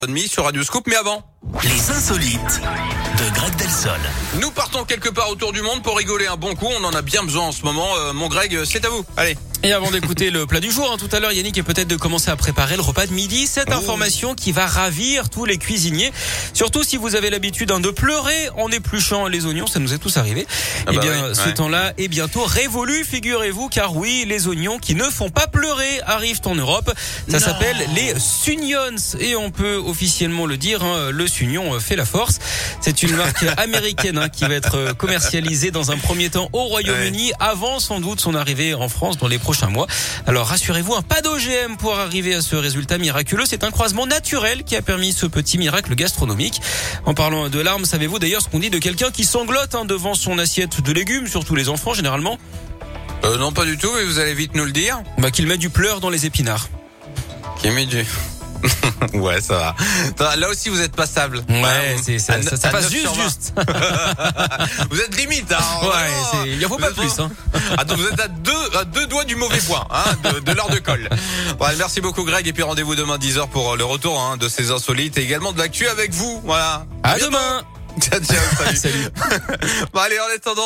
Demi sur Radio Scoop, mais avant. Les insolites de Greg Delsol. Nous partons quelque part autour du monde pour rigoler un bon coup. On en a bien besoin en ce moment. Mon Greg, c'est à vous. Allez. Et avant d'écouter le plat du jour, tout à l'heure, Yannick est peut-être de commencer à préparer le repas de midi. Cette information qui va ravir tous les cuisiniers. Surtout si vous avez l'habitude de pleurer en épluchant les oignons. Ça nous est tous arrivé. Ce temps-là est bientôt révolu, figurez-vous. Car oui, les oignons qui ne font pas pleurer arrivent en Europe. Ça s'appelle les Sunions. Et on peut officiellement le dire, le Sunion fait la force. C'est une marque américaine qui va être commercialisée dans un premier temps au Royaume-Uni avant sans doute son arrivée en France dans les prochains mois. Alors rassurez-vous, pas d'OGM pour arriver à ce résultat miraculeux. C'est un croisement naturel qui a permis ce petit miracle gastronomique. En parlant de larmes, savez-vous d'ailleurs ce qu'on dit de quelqu'un qui sanglote devant son assiette de légumes, surtout les enfants généralement? Non, pas du tout, mais vous allez vite nous le dire. Qu'il met du pleur dans les épinards. Qui met du... Ouais, ça va. Là aussi, vous êtes passable. Ouais, ça passe juste. Vous êtes limite, il en faut pas plus, Attends, vous êtes à deux doigts du mauvais point, de l'heure de colle. Ouais, merci beaucoup, Greg. Et puis rendez-vous demain 10h pour le retour, de ces insolites et également de l'actu avec vous. Voilà. À demain. Ciao, salut. Bon, allez, en attendant.